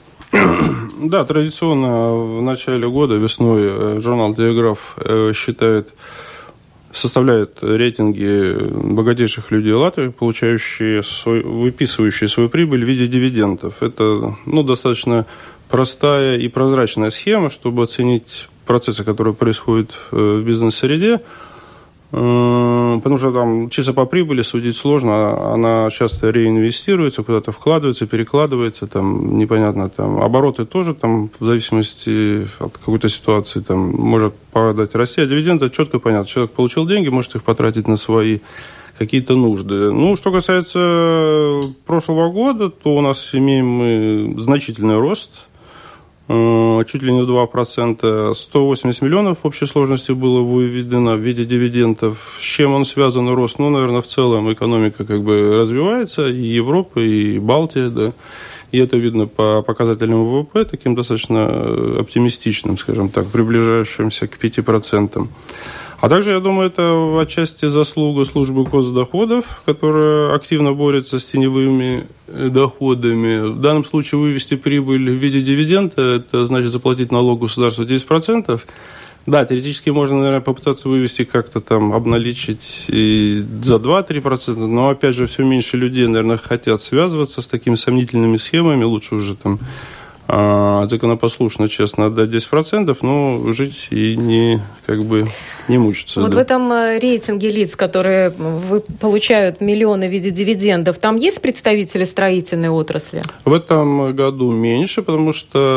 [SPEAKER 4] Да, традиционно в начале года, весной, журнал «Телеграф» считает, составляет рейтинги богатейших людей Латвии, получающие свой, выписывающие свою прибыль в виде дивидендов. Это, ну, достаточно простая и прозрачная схема, чтобы оценить процессы, которые происходят в бизнес-среде. Потому что там чисто по прибыли судить сложно, она часто реинвестируется, куда-то вкладывается, перекладывается, там непонятно, там обороты тоже там в зависимости от какой-то ситуации там может падать, расти, а дивиденды четко понятно. Человек получил деньги, может их потратить на свои какие-то нужды. Ну, что касается прошлого года, то у нас имеем мы значительный рост, чуть ли не два процента, сто восемьдесят миллионов в общей сложности было выведено в виде дивидендов. С чем он связан, рост? Ну, наверное, в целом экономика как бы развивается, и Европа, и Балтия, да. И это видно по показателям ВВП, таким достаточно оптимистичным, скажем так, приближающимся к пяти процентам. А также, я думаю, это отчасти заслуга службы госдоходов, которая активно борется с теневыми доходами. В данном случае вывести прибыль в виде дивиденда, это значит заплатить налог государству десять процентов. Да, теоретически можно, наверное, попытаться вывести как-то там, обналичить и за два-три процента, но, опять же, все меньше людей, наверное, хотят связываться с такими сомнительными схемами, лучше уже там законопослушно, честно отдать десять процентов, но жить и не, как бы, не мучиться.
[SPEAKER 2] Вот
[SPEAKER 4] да.
[SPEAKER 2] в этом рейтинге лиц, которые получают миллионы в виде дивидендов, там есть представители строительной отрасли?
[SPEAKER 4] В этом году меньше, потому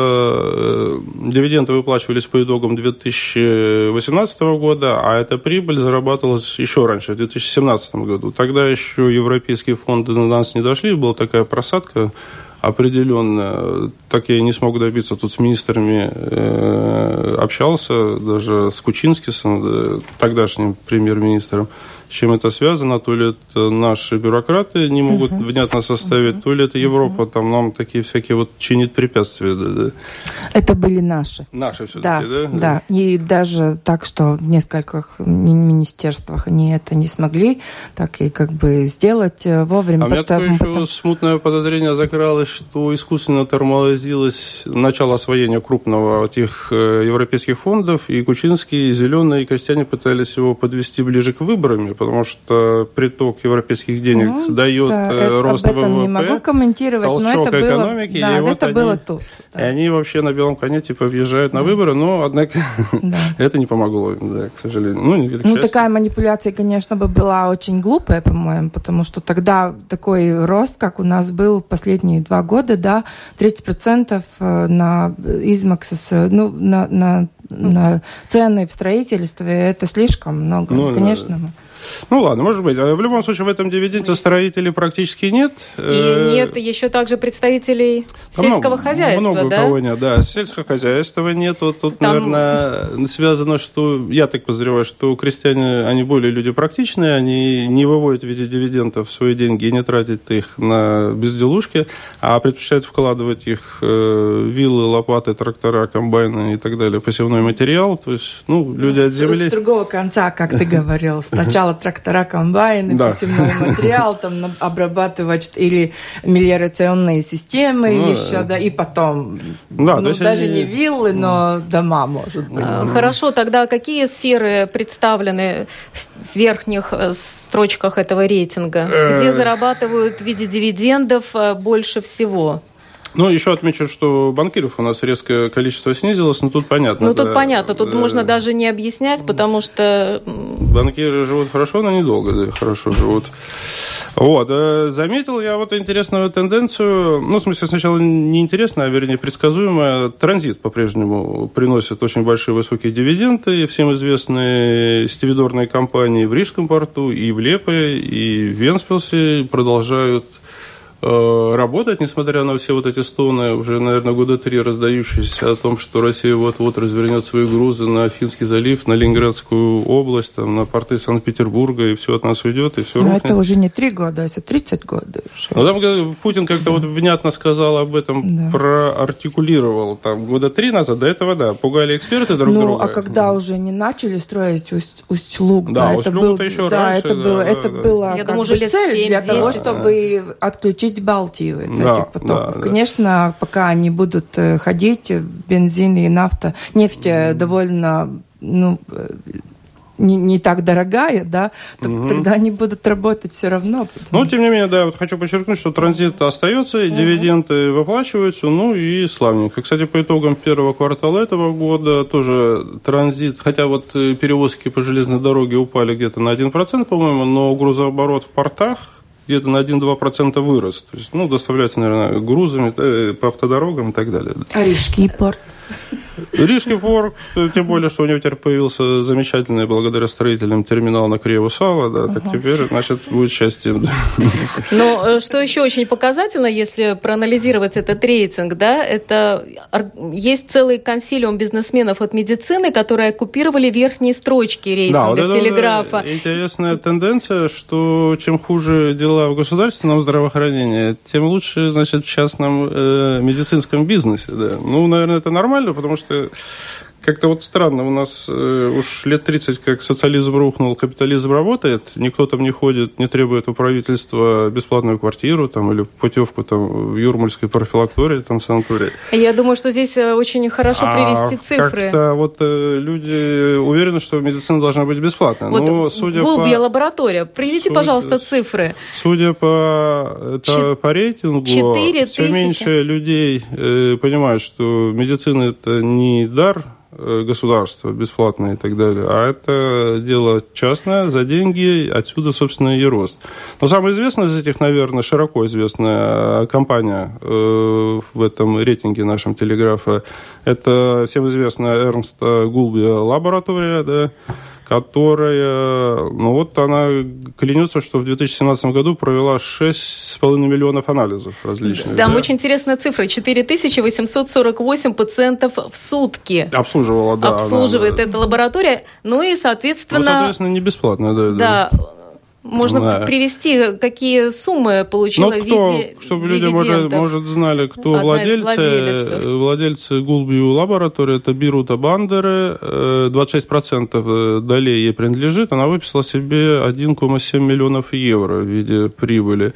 [SPEAKER 4] что дивиденды выплачивались по итогам две тысячи восемнадцатого года, а эта прибыль зарабатывалась еще раньше, в две тысячи семнадцатом году. Тогда еще европейские фонды на нас не дошли, была такая просадка определенно. Так я и не смог добиться. Тут с министрами э, общался, даже с Кучинскисом, да, тогдашним премьер-министром. С чем это связано? То ли это наши бюрократы не могут uh-huh. внятно составить, uh-huh. то ли это Европа, uh-huh. там нам такие всякие вот чинит препятствия. Да, да.
[SPEAKER 3] Это были наши.
[SPEAKER 4] Наши все-таки,
[SPEAKER 3] да,
[SPEAKER 4] да?
[SPEAKER 3] Да, да. И даже так, что в нескольких ми- министерствах они это не смогли так и как бы сделать вовремя.
[SPEAKER 4] А у меня
[SPEAKER 3] потому,
[SPEAKER 4] такое еще
[SPEAKER 3] потому...
[SPEAKER 4] смутное подозрение закралось, что искусственно тормозилось начало освоения крупного этих европейских фондов, и Кучинский, и Зеленые, и крестьяне пытались его подвести ближе к выборам, потому что приток европейских денег ну, дает
[SPEAKER 3] да,
[SPEAKER 4] рост
[SPEAKER 3] об этом
[SPEAKER 4] ВВП,
[SPEAKER 3] не могу комментировать,
[SPEAKER 4] толчок
[SPEAKER 3] но это было,
[SPEAKER 4] экономики.
[SPEAKER 3] да,
[SPEAKER 4] и
[SPEAKER 3] это
[SPEAKER 4] вот они,
[SPEAKER 3] было тут. Да.
[SPEAKER 4] И они вообще на белом коне типа въезжают да. на выборы, но, однако, да. это не помогло, да, к сожалению. Ну, не
[SPEAKER 3] ну такая манипуляция, конечно, бы была очень глупая, по-моему, потому что тогда такой рост, как у нас был в последние два года, да, тридцать процентов на измаксис, ну, на, на, на цены в строительстве, это слишком много, ну, конечно. Да.
[SPEAKER 4] Ну ладно, может быть. В любом случае в этом дивиденде строителей практически нет.
[SPEAKER 2] И нет еще также представителей сельского
[SPEAKER 4] много,
[SPEAKER 2] хозяйства,
[SPEAKER 4] много
[SPEAKER 2] да?
[SPEAKER 4] кого нет, да. Сельского хозяйства нет. Вот тут, Там... наверное, связано, что, я так подозреваю, что крестьяне, они более люди практичные, они не выводят в виде дивидендов свои деньги и не тратят их на безделушки, а предпочитают вкладывать их в виллы, лопаты, трактора, комбайны и так далее, посевной материал. То есть, ну, люди от земли...
[SPEAKER 3] С другого конца, как ты говорил, сначала трактора, комбайны, да. посевной материал, там обрабатывать или мелиорационные системы ну, еще, да, и потом, да, ну, даже они... не виллы, но дома, может быть.
[SPEAKER 2] Хорошо, тогда какие сферы представлены в верхних строчках этого рейтинга? Где зарабатывают в виде дивидендов больше всего?
[SPEAKER 4] Ну, еще отмечу, что банкиров у нас резкое количество снизилось, но тут понятно.
[SPEAKER 2] Ну, тут
[SPEAKER 4] да,
[SPEAKER 2] понятно, тут
[SPEAKER 4] да,
[SPEAKER 2] можно даже не объяснять, потому что...
[SPEAKER 4] Банкиры живут хорошо, но недолго, да, хорошо живут. Вот, заметил я вот интересную тенденцию, ну, в смысле, сначала неинтересная, а вернее предсказуемая. Транзит по-прежнему приносит очень большие высокие дивиденды. Всем известные стивидорные компании в Рижском порту, и в Лепе, и в Венспилсе продолжают работать, несмотря на все вот эти стоны, уже, наверное, года три раздающиеся о том, что Россия вот-вот развернет свои грузы на Финский залив, на Ленинградскую область, там, на порты Санкт-Петербурга, и все от нас уйдет, и все
[SPEAKER 3] Но
[SPEAKER 4] рухнет.
[SPEAKER 3] это уже не три года, это тридцать год уже.
[SPEAKER 4] Ну, там Путин как-то вот внятно сказал об этом, да. проартикулировал там года три назад, до этого, да, пугали эксперты друг
[SPEAKER 3] ну,
[SPEAKER 4] друга.
[SPEAKER 3] Ну, а когда да. уже не начали строить Усть, Усть-Луг,
[SPEAKER 4] да,
[SPEAKER 3] да,
[SPEAKER 4] Усть-Луг
[SPEAKER 3] это, был,
[SPEAKER 4] еще
[SPEAKER 3] да,
[SPEAKER 4] раньше,
[SPEAKER 3] это
[SPEAKER 4] да,
[SPEAKER 3] было,
[SPEAKER 4] да,
[SPEAKER 3] это
[SPEAKER 4] да.
[SPEAKER 3] было
[SPEAKER 2] Я думаю, уже лет
[SPEAKER 3] цель для того,
[SPEAKER 2] десять
[SPEAKER 3] чтобы да. отключить Балтию от
[SPEAKER 4] да,
[SPEAKER 3] этих потоков.
[SPEAKER 4] Да,
[SPEAKER 3] Конечно,
[SPEAKER 4] да.
[SPEAKER 3] пока они будут ходить, бензин и нафта, нефть mm. довольно, ну, не, не так дорогая, да, mm-hmm. тогда они будут работать все равно.
[SPEAKER 4] Потому... Ну, тем не менее, да, вот хочу подчеркнуть, что транзит остается, mm-hmm. дивиденды выплачиваются, ну и славненько. Кстати, по итогам первого квартала этого года тоже транзит, хотя вот перевозки по железной дороге упали где-то на один процент, по-моему, но грузооборот в портах где-то на один-два процента вырос. То есть, ну, доставляется, наверное, грузами э, по автодорогам и так далее.
[SPEAKER 3] А Рижский порт?
[SPEAKER 4] Рижский порт, что, тем более, что у него теперь появился замечательный, благодаря строителям, терминал на Криеву-Сало, да, uh-huh. так теперь, значит, будет счастье.
[SPEAKER 2] Но что еще очень показательно, если проанализировать этот рейтинг, да, это есть целый консилиум бизнесменов от медицины, которые оккупировали верхние строчки рейтинга да, вот это Телеграфа.
[SPEAKER 4] Интересная тенденция, что чем хуже дела в государственном здравоохранении, тем лучше, значит, в частном э, медицинском бизнесе. Да. Ну, наверное, это нормально, потому что Как-то вот странно, у нас э, уж лет тридцать, как социализм рухнул, капитализм работает, никто там не ходит, не требует у правительства бесплатную квартиру там, или путевку там, в Юрмальской профилактории, там, санатории.
[SPEAKER 2] Я думаю, что здесь очень хорошо привести
[SPEAKER 4] а
[SPEAKER 2] цифры.
[SPEAKER 4] Как-то вот э, люди уверены, что медицина должна быть бесплатной.
[SPEAKER 2] Вот
[SPEAKER 4] Но, судя
[SPEAKER 2] Гулбия
[SPEAKER 4] по...
[SPEAKER 2] лаборатория. Приведите,
[SPEAKER 4] Суд...
[SPEAKER 2] пожалуйста, цифры.
[SPEAKER 4] Судя по, это,
[SPEAKER 2] Ч...
[SPEAKER 4] по рейтингу, все меньше людей э, понимают, что медицина – это не дар государства, бесплатное и так далее, а это дело частное, за деньги, отсюда, собственно, и рост. Но самая известная из этих, наверное, широко известная компания э, в этом рейтинге нашем Телеграфа, это всем известная Эрнст Гулбия лаборатория, да, которая, ну вот она клянется, что в две тысячи семнадцатом году провела шесть с половиной миллионов анализов различных.
[SPEAKER 2] Там
[SPEAKER 4] да.
[SPEAKER 2] очень интересная цифра. четыре тысячи восемьсот сорок восемь пациентов в сутки.
[SPEAKER 4] Обслуживала, да.
[SPEAKER 2] Обслуживает
[SPEAKER 4] она,
[SPEAKER 2] эта лаборатория. Ну и, соответственно...
[SPEAKER 4] Ну, соответственно, не бесплатно, да.
[SPEAKER 2] Да.
[SPEAKER 4] да.
[SPEAKER 2] Можно да. привести, какие суммы получила в виде
[SPEAKER 4] чтобы люди, может, может, знали, кто владельцы, владельцы Гулбию лаборатории, это Бирута Бандеры, двадцать шесть процентов долей ей принадлежит, она выписала себе один целых семь десятых миллионов евро в виде прибыли.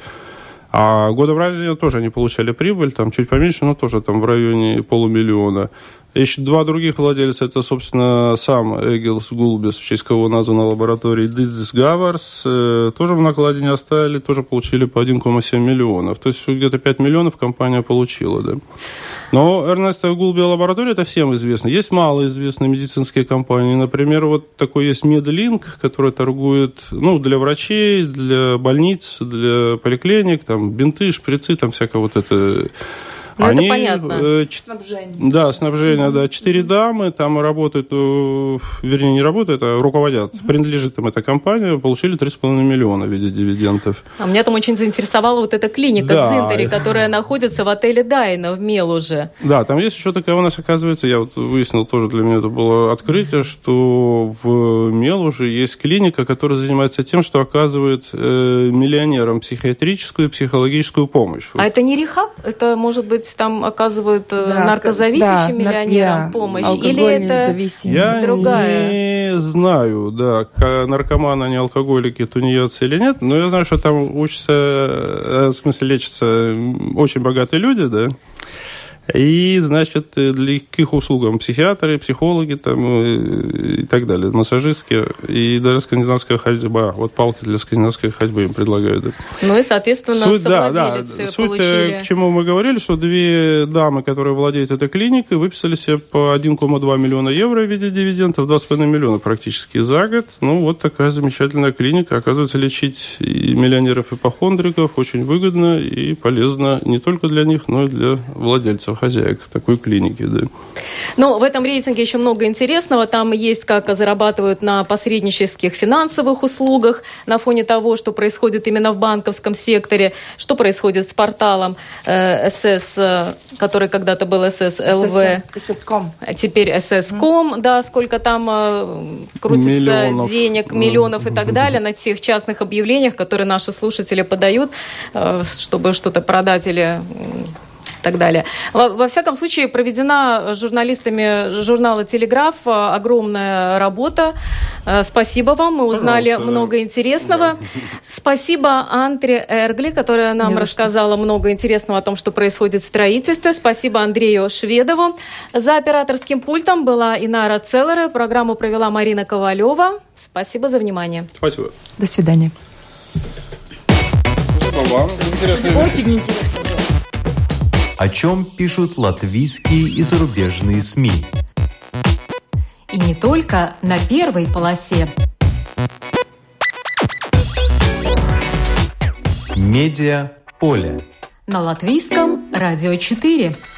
[SPEAKER 4] А годом ранее тоже они получали прибыль, там чуть поменьше, но тоже там в районе полумиллиона. Еще два других владельца, это, собственно, сам Эгилс Гулбис, в честь кого названа лаборатория Дидзис Гаварс, э, тоже в накладе не оставили, тоже получили по один целых семь десятых миллионов. То есть где-то пять миллионов компания получила, да. Но Эрнеста Гулбия лаборатория, это всем известно. Есть малоизвестные медицинские компании. Например, вот такой есть Медлинк, который торгует, ну, для врачей, для больниц, для поликлиник, там, бинты, шприцы, там всякое вот это...
[SPEAKER 2] Ну,
[SPEAKER 4] Они,
[SPEAKER 2] это понятно.
[SPEAKER 4] Э, ч... Снабжение. Да, снабжение, mm-hmm. да. Четыре дамы там работают, вернее, не работают, а руководят. Mm-hmm. Принадлежит им эта компания, получили три с половиной миллиона в виде дивидендов.
[SPEAKER 2] А меня там очень заинтересовала вот эта клиника да. Дзинтери, которая находится в отеле Дайна в Мелуже.
[SPEAKER 4] Да, там есть еще такая у нас, оказывается, я вот выяснил, тоже для меня это было открытие, что в Мелуже есть клиника, которая занимается тем, что оказывает э, миллионерам психиатрическую и психологическую помощь.
[SPEAKER 2] А вот. Это не рехаб? Это, может быть, там оказывают да, наркозависящим да, миллионерам да, помощь? Или это
[SPEAKER 4] я
[SPEAKER 2] другая?
[SPEAKER 4] Не знаю, да, наркоманы, они алкоголики, тунеядцы или нет, но я знаю, что там учатся, в смысле лечатся очень богатые люди, да, и, значит, для к их услугам психиатры, психологи там, и так далее, массажистки, и даже скандинавская ходьба. Вот палки для скандинавской ходьбы им предлагают. Да.
[SPEAKER 2] Ну и, соответственно,
[SPEAKER 4] суть, да, да,
[SPEAKER 2] суть,
[SPEAKER 4] к чему мы говорили, что две дамы, которые владеют этой клиникой, выписали себе по один целых два миллиона евро в виде дивидендов, два с половиной миллиона практически за год. Ну, вот такая замечательная клиника. Оказывается, лечить и миллионеров, и ипохондриков очень выгодно и полезно не только для них, но и для владельцев, хозяек такой клиники, да.
[SPEAKER 2] Но в этом рейтинге еще много интересного. Там есть, как зарабатывают на посреднических финансовых услугах на фоне того, что происходит именно в банковском секторе, что происходит с порталом э, СС, который когда-то был ССЛВ,
[SPEAKER 3] ССКом,
[SPEAKER 2] а теперь ССКом, mm. да, сколько там э, крутится миллионов. денег, миллионов mm. и так далее на тех частных объявлениях, которые наши слушатели подают, э, чтобы что-то продать или... и так далее. Во, во всяком случае, проведена журналистами журнала «Телеграф» огромная работа. Спасибо вам, мы узнали Пожалуйста. много интересного. Да. Спасибо Антре Эргли, которая нам Не рассказала что. много интересного о том, что происходит в строительстве. Спасибо Андрею Шведову. За операторским пультом была Инара Целлера. Программу провела Марина Ковалева. Спасибо за внимание.
[SPEAKER 4] Спасибо.
[SPEAKER 3] До свидания.
[SPEAKER 2] Очень интересно.
[SPEAKER 1] О чем пишут латвийские и зарубежные СМИ.
[SPEAKER 2] И не только на первой полосе.
[SPEAKER 1] Медиа поле.
[SPEAKER 2] На Латвийском радио четыре.